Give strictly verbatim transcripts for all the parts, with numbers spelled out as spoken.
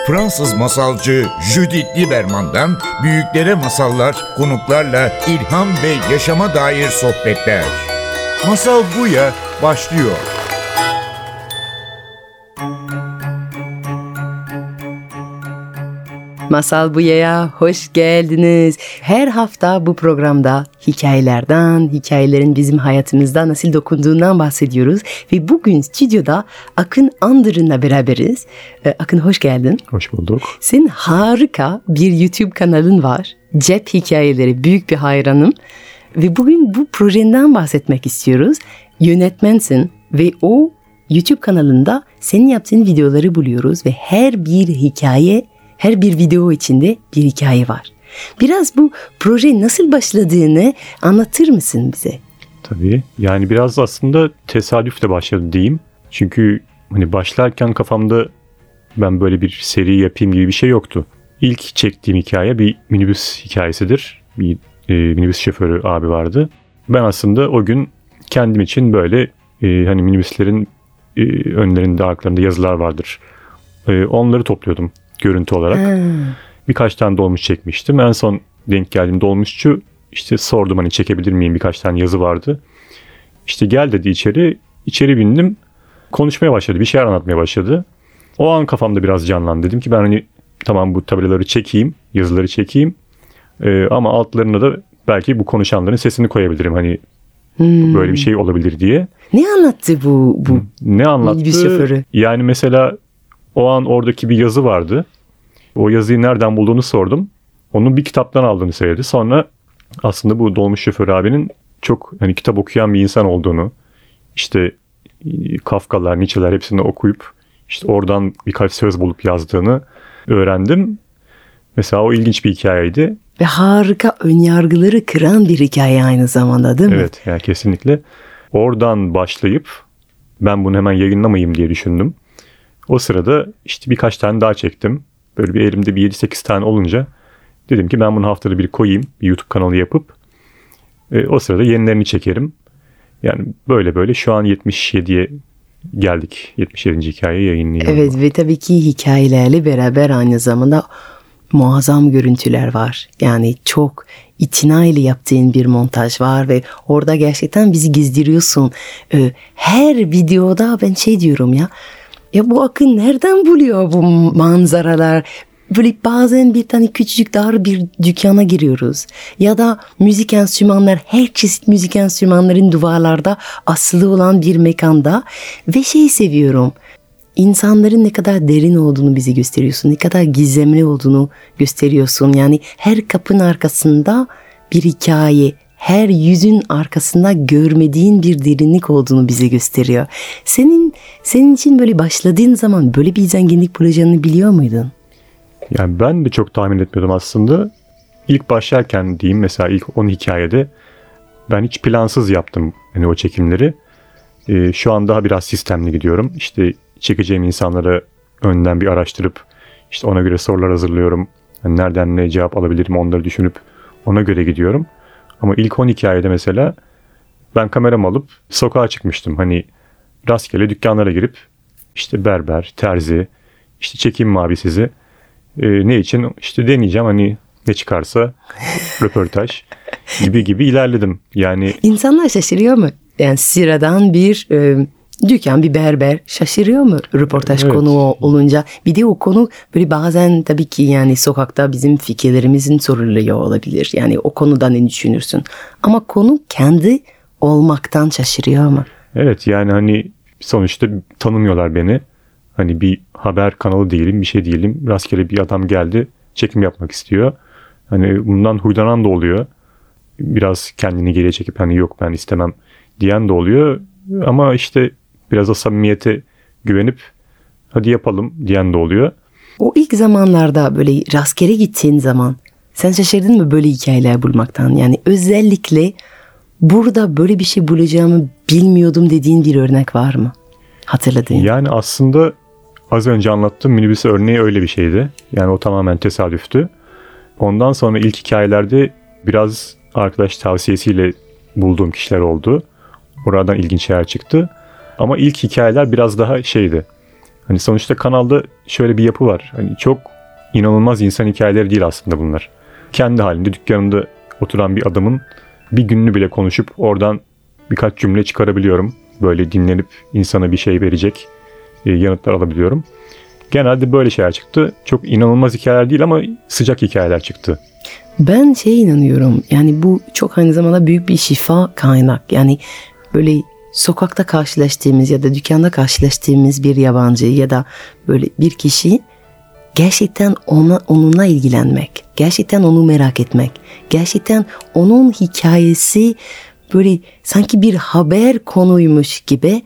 Fransız masalcı Judith Lieberman'dan büyüklere masallar, konuklarla ilham ve yaşama dair sohbetler. Masal Buya başlıyor. Masal Buya'ya hoş geldiniz. Her hafta bu programda hikayelerden, hikayelerin bizim hayatımızda nasıl dokunduğundan bahsediyoruz. Ve bugün stüdyoda Akın Andır'ınla beraberiz. Akın hoş geldin. Hoş bulduk. Senin harika bir YouTube kanalın var. Cep Hikayeleri, büyük bir hayranım. Ve bugün bu projenden bahsetmek istiyoruz. Yönetmensin ve o YouTube kanalında senin yaptığın videoları buluyoruz. Ve her bir hikaye, her bir video içinde bir hikaye var. Biraz bu proje nasıl başladığını anlatır mısın bize? Tabii. Yani biraz aslında tesadüfle başladı diyeyim. Çünkü hani başlarken kafamda ben böyle bir seri yapayım gibi bir şey yoktu. İlk çektiğim hikaye bir minibüs hikayesidir. Bir e, minibüs şoförü abi vardı. Ben aslında o gün kendim için böyle e, hani minibüslerin e, önlerinde, arkalarında yazılar vardır. E, onları topluyordum görüntü olarak. Hmm. Birkaç tane dolmuş çekmiştim. En son denk geldiğim dolmuşçu işte sordum hani çekebilir miyim, birkaç tane yazı vardı. İşte gel dedi içeri. İçeri bindim. Konuşmaya başladı. Bir şeyler anlatmaya başladı. O an kafamda biraz canlandı. Dedim ki ben hani tamam bu tabelaları çekeyim, yazıları çekeyim. Ee, ama altlarına da belki bu konuşanların sesini koyabilirim. Hani hmm. böyle bir şey olabilir diye. Ne anlattı bu bu? Ne anlattı? Yani mesela o an oradaki bir yazı vardı. O yazıyı nereden bulduğunu sordum. Onun bir kitaptan aldığını söyledi. Sonra aslında bu dolmuş şoför abinin çok hani kitap okuyan bir insan olduğunu, işte Kafkalar, Nietzsche'ler hepsini okuyup işte oradan birkaç söz bulup yazdığını öğrendim. Mesela o ilginç bir hikayeydi. Ve harika önyargıları kıran bir hikaye aynı zamanda değil mi? Evet, yani kesinlikle. Oradan başlayıp ben bunu hemen yayınlamayayım diye düşündüm. O sırada işte birkaç tane daha çektim. Böyle bir elimde bir yedi sekiz tane olunca dedim ki ben bunu haftada bir koyayım. Bir YouTube kanalı yapıp e, o sırada yenilerini çekerim. Yani böyle böyle şu an yetmiş yediye geldik. yetmiş yedinci hikayeyi yayınlıyorum. Evet ve tabii ki hikayelerle beraber aynı zamanda muazzam görüntüler var. Yani çok itinayla yaptığın bir montaj var ve orada gerçekten bizi gezdiriyorsun. Ee, her videoda ben şey diyorum ya. Ya bu Akın nereden buluyor bu manzaralar? Böyle bazen bir tane küçücük dar bir dükkana giriyoruz. Ya da müzik enstrümanlar, her çeşit müzik enstrümanların duvarlarda asılı olan bir mekanda. Ve şeyi seviyorum. İnsanların ne kadar derin olduğunu bize gösteriyorsun. Ne kadar gizemli olduğunu gösteriyorsun. Yani her kapının arkasında bir hikaye, her yüzün arkasında görmediğin bir derinlik olduğunu bize gösteriyor. Senin senin için böyle başladığın zaman böyle bir zenginlik bulacağını biliyor muydun? Yani ben de çok tahmin etmiyordum aslında. İlk başlarken diyeyim mesela ilk on hikayede ben hiç plansız yaptım yani o çekimleri. Ee, şu an daha biraz sistemli gidiyorum. İşte çekeceğim insanlara önden bir araştırıp işte ona göre sorular hazırlıyorum. Yani nereden ne cevap alabilirim onları düşünüp ona göre gidiyorum. Ama ilk on hikayede mesela ben kameramı alıp sokağa çıkmıştım. Hani rastgele dükkanlara girip işte berber, terzi, işte çekeyim mi abi sizi? Ee, ne için? İşte deneyeceğim hani ne çıkarsa röportaj gibi gibi ilerledim. Yani İnsanlar şaşırıyor mu? Yani sıradan bir e, dükkan, bir berber şaşırıyor mu röportaj evet. Konuğu olunca? Bir de o konu böyle bazen tabii ki yani sokakta bizim fikirlerimizin soruluyor olabilir. Yani o konudan ne düşünürsün? Ama konu kendi olmaktan şaşırıyor mu? Evet yani hani sonuçta tanımıyorlar beni. Hani bir haber kanalı değilim, bir şey değilim. Rastgele bir adam geldi, çekim yapmak istiyor. Hani bundan huylanan da oluyor. Biraz kendini geriye çekip hani yok ben istemem diyen de oluyor. Ama işte biraz da samimiyete güvenip hadi yapalım diyen de oluyor. O ilk zamanlarda böyle rastgele gittiğin zaman sen şaşırdın mı böyle hikayeler bulmaktan? Yani özellikle burada böyle bir şey bulacağımı bilmiyordum dediğin bir örnek var mı? Hatırladığın. Yani aslında az önce anlattığım minibüs örneği öyle bir şeydi. Yani o tamamen tesadüftü. Ondan sonra ilk hikayelerde biraz arkadaş tavsiyesiyle bulduğum kişiler oldu. Oradan ilginç şeyler çıktı. Ama ilk hikayeler biraz daha şeydi. Hani sonuçta kanalda şöyle bir yapı var. Hani çok inanılmaz insan hikayeleri değil aslında bunlar. Kendi halinde dükkanında oturan bir adamın bir gününü bile konuşup oradan birkaç cümle çıkarabiliyorum. Böyle dinlenip insana bir şey verecek e, yanıtlar alabiliyorum. Genelde böyle şeyler çıktı. Çok inanılmaz hikayeler değil ama sıcak hikayeler çıktı. Ben şeye inanıyorum. Yani bu çok aynı zamanda büyük bir şifa kaynak. Yani böyle sokakta karşılaştığımız ya da dükkanda karşılaştığımız bir yabancı ya da böyle bir kişi gerçekten ona onunla ilgilenmek, gerçekten onu merak etmek, gerçekten onun hikayesi böyle sanki bir haber konuymuş gibi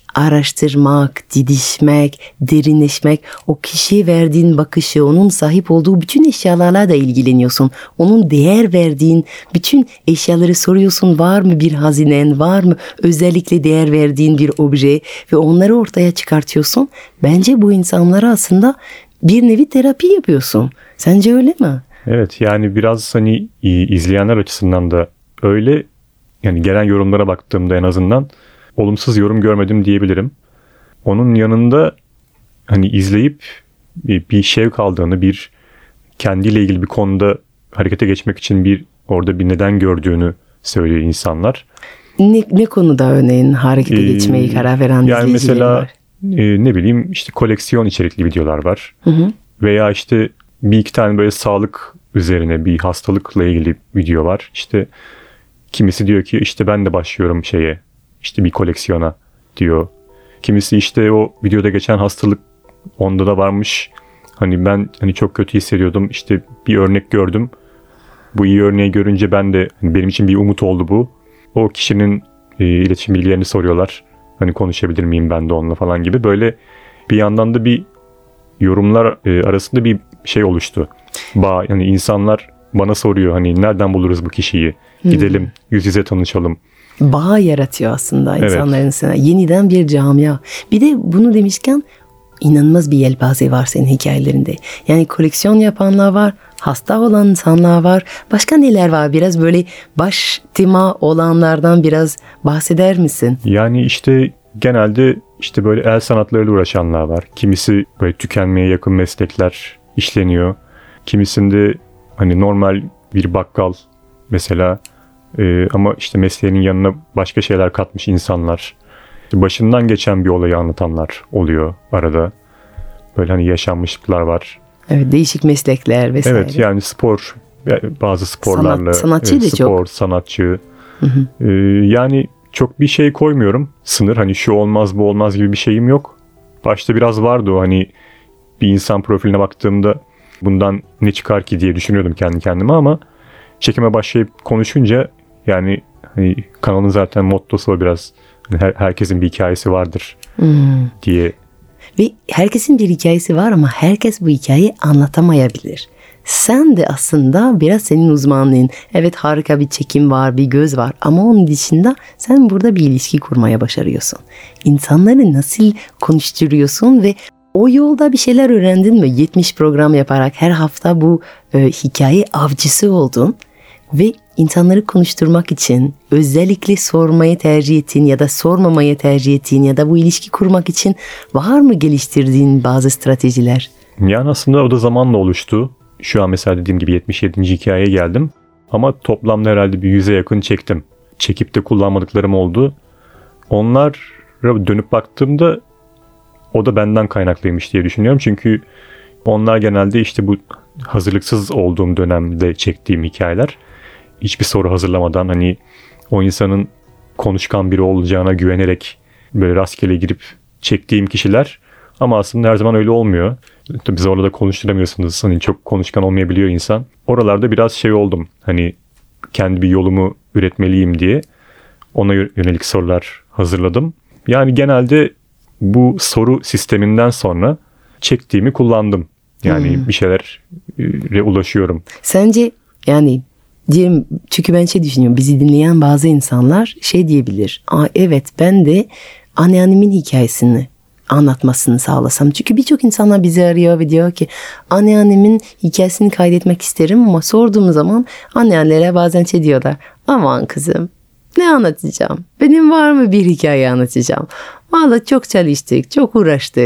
araştırmak, didişmek, derinleşmek, o kişiye verdiğin bakışı, onun sahip olduğu bütün eşyalarla da ilgileniyorsun. Onun değer verdiğin bütün eşyaları soruyorsun. Var mı bir hazinen, var mı özellikle değer verdiğin bir obje ve onları ortaya çıkartıyorsun. Bence bu insanlara aslında bir nevi terapi yapıyorsun. Sence öyle mi? Evet, yani biraz hani izleyenler açısından da öyle. Yani gelen yorumlara baktığımda en azından olumsuz yorum görmedim diyebilirim. Onun yanında hani izleyip bir şevk aldığını, bir kendiyle ilgili bir konuda harekete geçmek için bir orada bir neden gördüğünü söylüyor insanlar. Ne, ne konuda örneğin harekete Ee, geçmeyi karar veren yani izleyiciler mesela, var? E, ne bileyim işte koleksiyon içerikli videolar var. Hı hı. Veya işte bir iki tane böyle sağlık üzerine bir hastalıkla ilgili video var. İşte kimisi diyor ki işte ben de başlıyorum şeye, işte bir koleksiyona diyor. Kimisi işte o videoda geçen hastalık onda da varmış. Hani ben hani çok kötü hissediyordum. İşte bir örnek gördüm. Bu iyi örneği görünce ben de hani benim için bir umut oldu bu. O kişinin e, iletişim bilgilerini soruyorlar. Hani konuşabilir miyim ben de onunla falan gibi. Böyle bir yandan da bir yorumlar e, arasında bir şey oluştu. Bağ, yani insanlar bana soruyor hani nereden buluruz bu kişiyi? Gidelim, hmm. yüz yüze tanışalım. Bağ yaratıyor aslında Evet. insanların sana. Yeniden bir camia. Bir de bunu demişken inanılmaz bir yelpaze var senin hikayelerinde. Yani koleksiyon yapanlar var, hasta olan insanlar var. Başka neler var? Biraz böyle baş tema olanlardan biraz bahseder misin? Yani işte genelde işte böyle el sanatlarıyla uğraşanlar var. Kimisi böyle tükenmeye yakın meslekler işleniyor. Kimisinde hani normal bir bakkal mesela e, ama işte mesleğinin yanına başka şeyler katmış insanlar. Başından geçen bir olayı anlatanlar oluyor arada. Böyle hani yaşanmışlıklar var. Evet, değişik meslekler vesaire. Evet, yani spor, bazı sporlarla Sanat, sanatçı e, da spor, çok. sanatçı. Hı hı. E, yani çok bir şey koymuyorum. Sınır hani şu olmaz bu olmaz gibi bir şeyim yok. Başta biraz vardı o hani bir insan profiline baktığımda bundan ne çıkar ki diye düşünüyordum kendi kendime ama çekime başlayıp konuşunca yani hani kanalın zaten mottosu o biraz hani her, herkesin bir hikayesi vardır Hmm. diye. Ve herkesin bir hikayesi var ama herkes bu hikayeyi anlatamayabilir. Sen de aslında biraz senin uzmanlığın. Evet, harika bir çekim var, bir göz var ama onun dışında sen burada bir ilişki kurmaya başarıyorsun. İnsanları nasıl konuşturuyorsun ve o yolda bir şeyler öğrendin mi? yetmiş program yaparak her hafta bu e, hikaye avcısı oldun ve insanları konuşturmak için özellikle sormayı tercih ettiğin ya da sormamayı tercih ettiğin ya da bu ilişki kurmak için var mı geliştirdiğin bazı stratejiler? Yani aslında o da zamanla oluştu. Şu an mesela dediğim gibi yetmiş yedinci hikayeye geldim. Ama toplamda herhalde bir yüze yakın çektim. Çekip de kullanmadıklarım oldu. Onlara dönüp baktığımda o da benden kaynaklıymış diye düşünüyorum. Çünkü onlar genelde işte bu hazırlıksız olduğum dönemde çektiğim hikayeler. Hiçbir soru hazırlamadan hani o insanın konuşkan biri olacağına güvenerek böyle rastgele girip çektiğim kişiler. Ama aslında her zaman öyle olmuyor. Tabii zorla da konuşturamıyorsunuz. Hani çok konuşkan olmayabiliyor insan. Oralarda biraz şey oldum. Hani kendi bir yolumu üretmeliyim diye ona yönelik sorular hazırladım. Yani genelde bu soru sisteminden sonra çektiğimi kullandım. Yani hmm. bir şeylere ulaşıyorum. Sence yani diyelim, çünkü ben şey düşünüyorum. Bizi dinleyen bazı insanlar şey diyebilir. Aa, evet, ben de anneannemin hikayesini anlatmasını sağlasam. Çünkü birçok insanlar bizi arıyor ve diyor ki anneannemin hikayesini kaydetmek isterim ama sorduğum zaman anneannelere bazen şey diyorlar. Aman kızım, ne anlatacağım? Benim var mı bir hikaye anlatacağım? Vallahi çok çalıştık, çok uğraştık.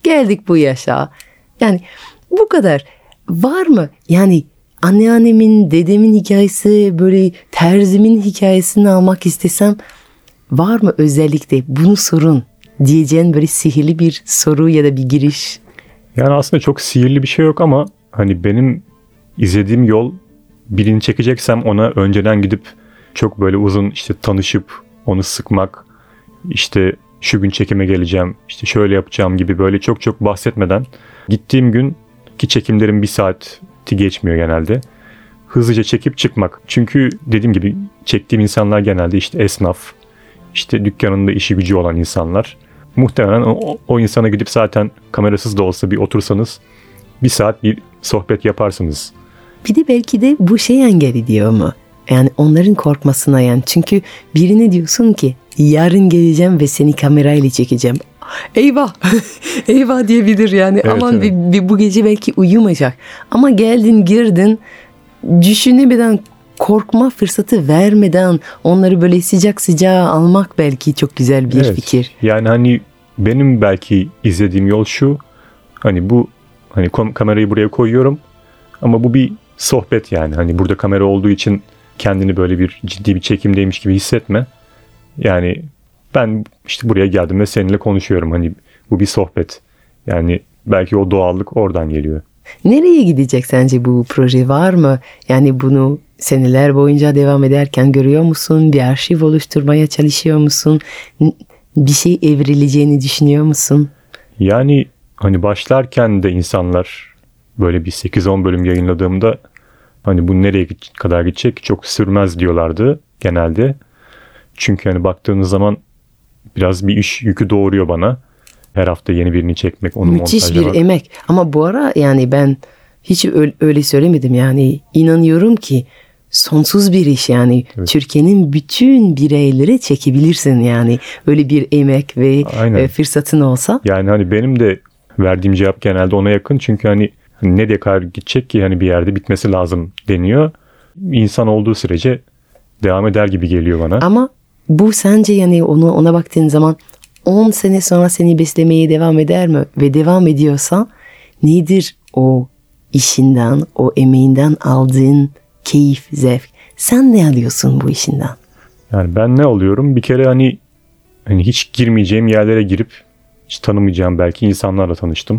geldik bu yaşa. Yani bu kadar. Var mı? Yani anneannemin, dedemin hikayesi, böyle terzimin hikayesini almak istesem var mı özellikle bunu sorun diyeceğin böyle sihirli bir soru ya da bir giriş? Yani aslında çok sihirli bir şey yok ama hani benim izlediğim yol, birini çekeceksem ona önceden gidip çok böyle uzun işte tanışıp onu sıkmak, işte şu gün çekime geleceğim, işte şöyle yapacağım gibi böyle çok çok bahsetmeden gittiğim gün ki çekimlerin bir saati geçmiyor genelde. Hızlıca çekip çıkmak. Çünkü dediğim gibi çektiğim insanlar genelde işte esnaf, işte dükkanında işi gücü olan insanlar. Muhtemelen o, o insana gidip zaten kamerasız da olsa bir otursanız bir saat bir sohbet yaparsınız. Bir de belki de bu şey engel ediyor mu? Yani onların korkmasına yani. Çünkü birine diyorsun ki yarın geleceğim ve seni kamerayla çekeceğim. Eyvah, eyvah diyebilir yani. Evet, Aman evet. bir, bir bu gece belki uyumayacak. Ama geldin girdin düşünmeden, korkma fırsatı vermeden onları böyle sıcak sıcağı almak belki çok güzel bir Evet. fikir. Yani hani benim belki izlediğim yol şu. Hani bu hani kom- kamerayı buraya koyuyorum ama bu bir sohbet yani. Hani burada kamera olduğu için kendini böyle bir ciddi bir çekimdeymiş gibi hissetme. Yani ben işte buraya geldim ve seninle konuşuyorum. Hani bu bir sohbet. Yani belki o doğallık oradan geliyor. Nereye gidecek sence bu proje, var mı? Yani bunu seneler boyunca devam ederken görüyor musun? Bir arşiv oluşturmaya çalışıyor musun? N- Bir şey evrileceğini düşünüyor musun? Yani hani başlarken de insanlar böyle bir sekiz on bölüm yayınladığımda hani bu nereye kadar gidecek çok sürmez diyorlardı genelde. Çünkü hani baktığınız zaman biraz bir iş yükü doğuruyor bana. Her hafta yeni birini çekmek, onu Müthiş montajlamak. bir emek. Ama bu ara yani ben hiç öyle, öyle söylemedim yani. İnanıyorum ki sonsuz bir iş yani. Evet. Türkiye'nin bütün bireyleri çekebilirsin yani. Öyle bir emek ve Aynen. e, fırsatın olsa. Yani hani benim de verdiğim cevap genelde ona yakın. Çünkü hani nereye kadar gidecek ki hani bir yerde bitmesi lazım deniyor. İnsan olduğu sürece devam eder gibi geliyor bana. Ama bu sence yani onu ona baktığın zaman on sene sonra seni beslemeye devam eder mi? Ve devam ediyorsa nedir o işinden, o emeğinden aldığın keyif, zevk? Sen ne alıyorsun bu işinden? Yani ben ne oluyorum? Bir kere hani hani hiç girmeyeceğim yerlere girip hiç tanımayacağım belki insanlarla tanıştım.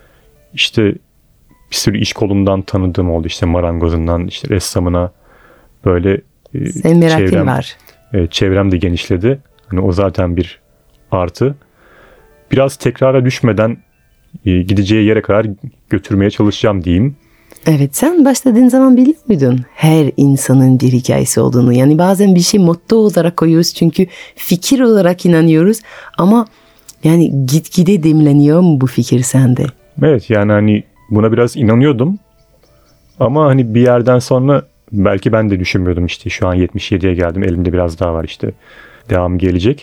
İşte bir sürü iş kolundan tanıdığım oldu. İşte marangozundan, işte ressamına böyle e, Senin merakın çevrem, var. evet, çevrem de genişledi. Hani o zaten bir artı. Biraz tekrara düşmeden e, gideceği yere kadar götürmeye çalışacağım diyeyim. Evet, sen başladığın zaman biliyor muydun her insanın bir hikayesi olduğunu? Yani bazen bir şey motto olarak koyuyoruz çünkü fikir olarak inanıyoruz ama yani gitgide demleniyor mu bu fikir sende? Evet, yani hani buna biraz inanıyordum. Ama hani bir yerden sonra belki ben de düşünmüyordum, işte şu an yetmiş yediye geldim, elimde biraz daha var, işte devam gelecek.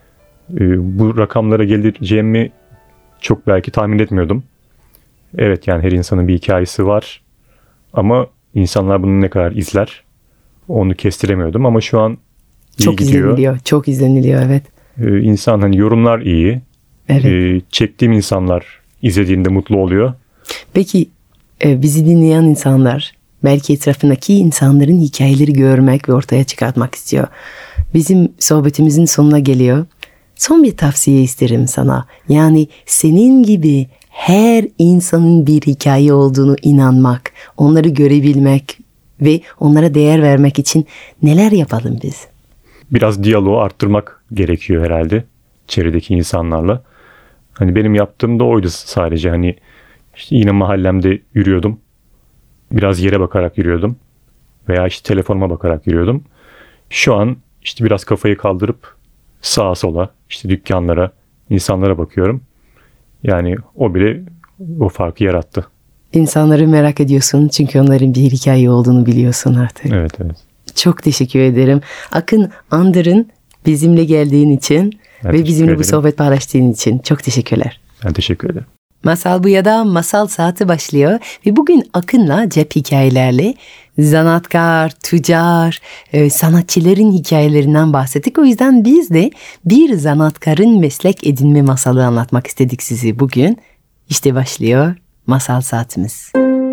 Ee, bu rakamlara geleceğimi çok belki tahmin etmiyordum. Evet, yani her insanın bir hikayesi var ama insanlar bunu ne kadar izler onu kestiremiyordum ama şu an iyi Çok gidiyor. izleniliyor, çok izleniliyor, evet. Ee, insan hani yorumlar iyi. Evet. Ee, çektiğim insanlar izlediğinde mutlu oluyor. Peki e, bizi dinleyen insanlar belki etrafındaki insanların hikayeleri görmek ve ortaya çıkartmak istiyor. Bizim sohbetimizin sonuna geliyor. Son bir tavsiye isterim sana. Yani senin gibi her insanın bir hikaye olduğunu inanmak, onları görebilmek ve onlara değer vermek için neler yapalım biz? Biraz diyaloğu arttırmak gerekiyor herhalde çevredeki insanlarla. Hani benim yaptığım da oydu sadece. Hani işte yine mahallemde yürüyordum. Biraz yere bakarak yürüyordum. Veya işte telefonuma bakarak yürüyordum. Şu an işte biraz kafayı kaldırıp sağa sola, işte dükkanlara, insanlara bakıyorum. Yani o bile o farkı yarattı. İnsanları merak ediyorsun çünkü onların bir hikaye olduğunu biliyorsun artık. Evet, evet. Çok teşekkür ederim. Akın Andır'ın bizimle geldiğin için Ben ve teşekkür bizimle bu ederim. sohbet paylaştığın için çok teşekkürler. Ben teşekkür ederim. Masal bu ya da masal saati başlıyor ve bugün Akın'la cep hikayelerle zanaatkar, tüccar, e, sanatçıların hikayelerinden bahsettik. O yüzden biz de bir zanaatkarın meslek edinme masalı anlatmak istedik sizi bugün. İşte başlıyor masal saatimiz.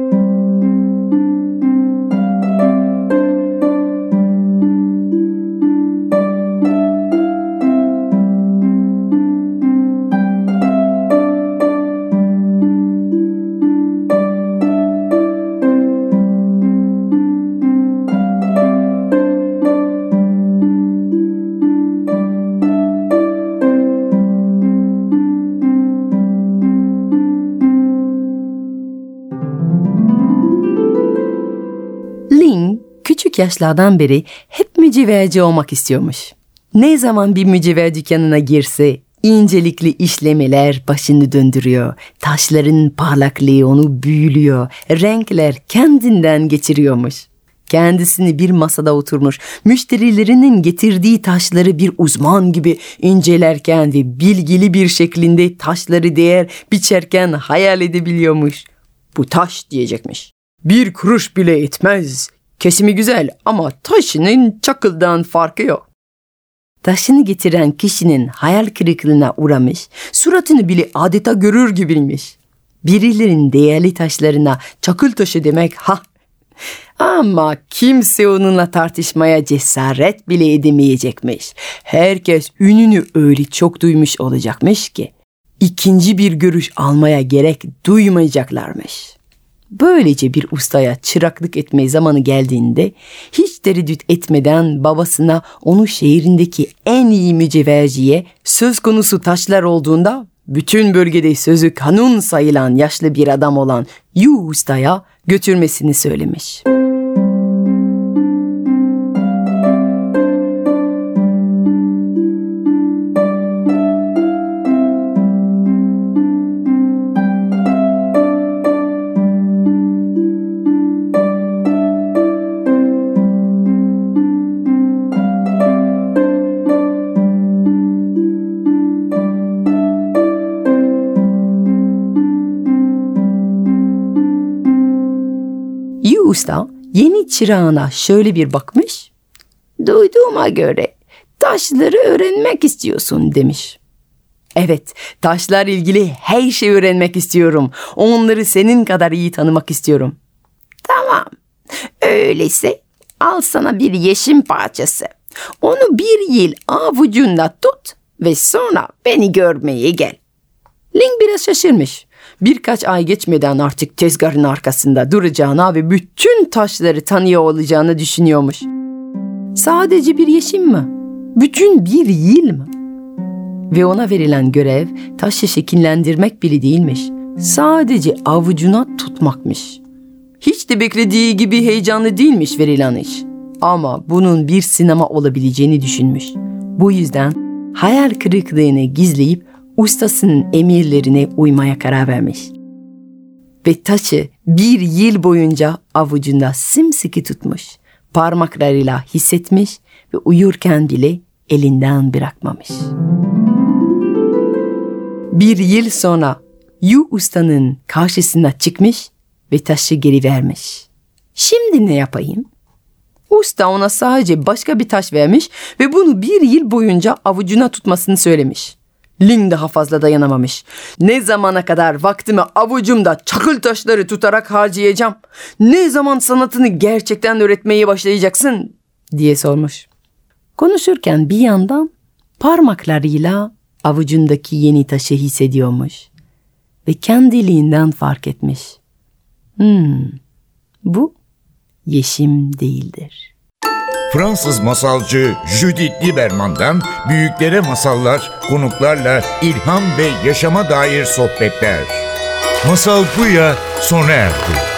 Ling küçük yaşlardan beri hep mücevherci olmak istiyormuş. Ne zaman bir mücevher dükkanına girse incelikli işlemeler başını döndürüyor. Taşların parlaklığı onu büyülüyor. Renkler kendinden geçiriyormuş. Kendisini bir masada oturmuş, müşterilerinin getirdiği taşları bir uzman gibi incelerken ve bilgili bir şeklinde taşları değer biçerken hayal edebiliyormuş. Bu taş diyecekmiş. Bir kuruş bile etmez. Kesimi güzel ama taşının çakıldan farkı yok. Taşını getiren kişinin hayal kırıklığına uğramış, suratını bile adeta görür gibiymiş. Birilerinin değerli taşlarına çakıl taşı demek ha. Ama kimse onunla tartışmaya cesaret bile edemeyecekmiş. Herkes ününü öyle çok duymuş olacakmış ki ikinci bir görüş almaya gerek duymayacaklarmış. Böylece bir ustaya çıraklık etme zamanı geldiğinde hiç tereddüt etmeden babasına onu şehrindeki en iyi mücevherciye söz konusu taşlar olduğunda bütün bölgede sözü kanun sayılan yaşlı bir adam olan Yu ustaya götürmesini söylemiş. Yu usta yeni çırağına şöyle bir bakmış. Duyduğuma göre taşları öğrenmek istiyorsun demiş. Evet, taşlar ilgili her şeyi öğrenmek istiyorum. Onları senin kadar iyi tanımak istiyorum. Tamam, öyleyse al sana bir yeşim parçası. Onu bir yıl avucunda tut ve sonra beni görmeye gel. Ling biraz şaşırmış. Birkaç ay geçmeden artık tezgahın arkasında duracağına ve bütün taşları tanıyor olacağını düşünüyormuş. Sadece bir yeşim mi? Bütün bir yıl mı? Ve ona verilen görev taşı şekillendirmek bile değilmiş. Sadece avucuna tutmakmış. Hiç de beklediği gibi heyecanlı değilmiş verilen iş. Ama bunun bir sinema olabileceğini düşünmüş. Bu yüzden hayal kırıklığını gizleyip ustasının emirlerine uymaya karar vermiş. Ve taşı bir yıl boyunca avucunda sımsıkı tutmuş. Parmaklarıyla hissetmiş ve uyurken bile elinden bırakmamış. Bir yıl sonra Yu ustanın karşısına çıkmış ve taşı geri vermiş. Şimdi ne yapayım? Usta ona sadece başka bir taş vermiş ve bunu bir yıl boyunca avucuna tutmasını söylemiş. Ling daha fazla dayanamamış. Ne zamana kadar vaktimi avucumda çakıl taşları tutarak harcayacağım? Ne zaman sanatını gerçekten öğretmeye başlayacaksın? Diye sormuş. Konuşurken bir yandan parmaklarıyla avucundaki yeni taşı hissediyormuş. Ve kendiliğinden fark etmiş. Hmm, bu yeşim değildir. Fransız masalcı Judith Lieberman'dan büyüklere masallar, konuklarla ilham ve yaşama dair sohbetler. Masal Buya sona erdi.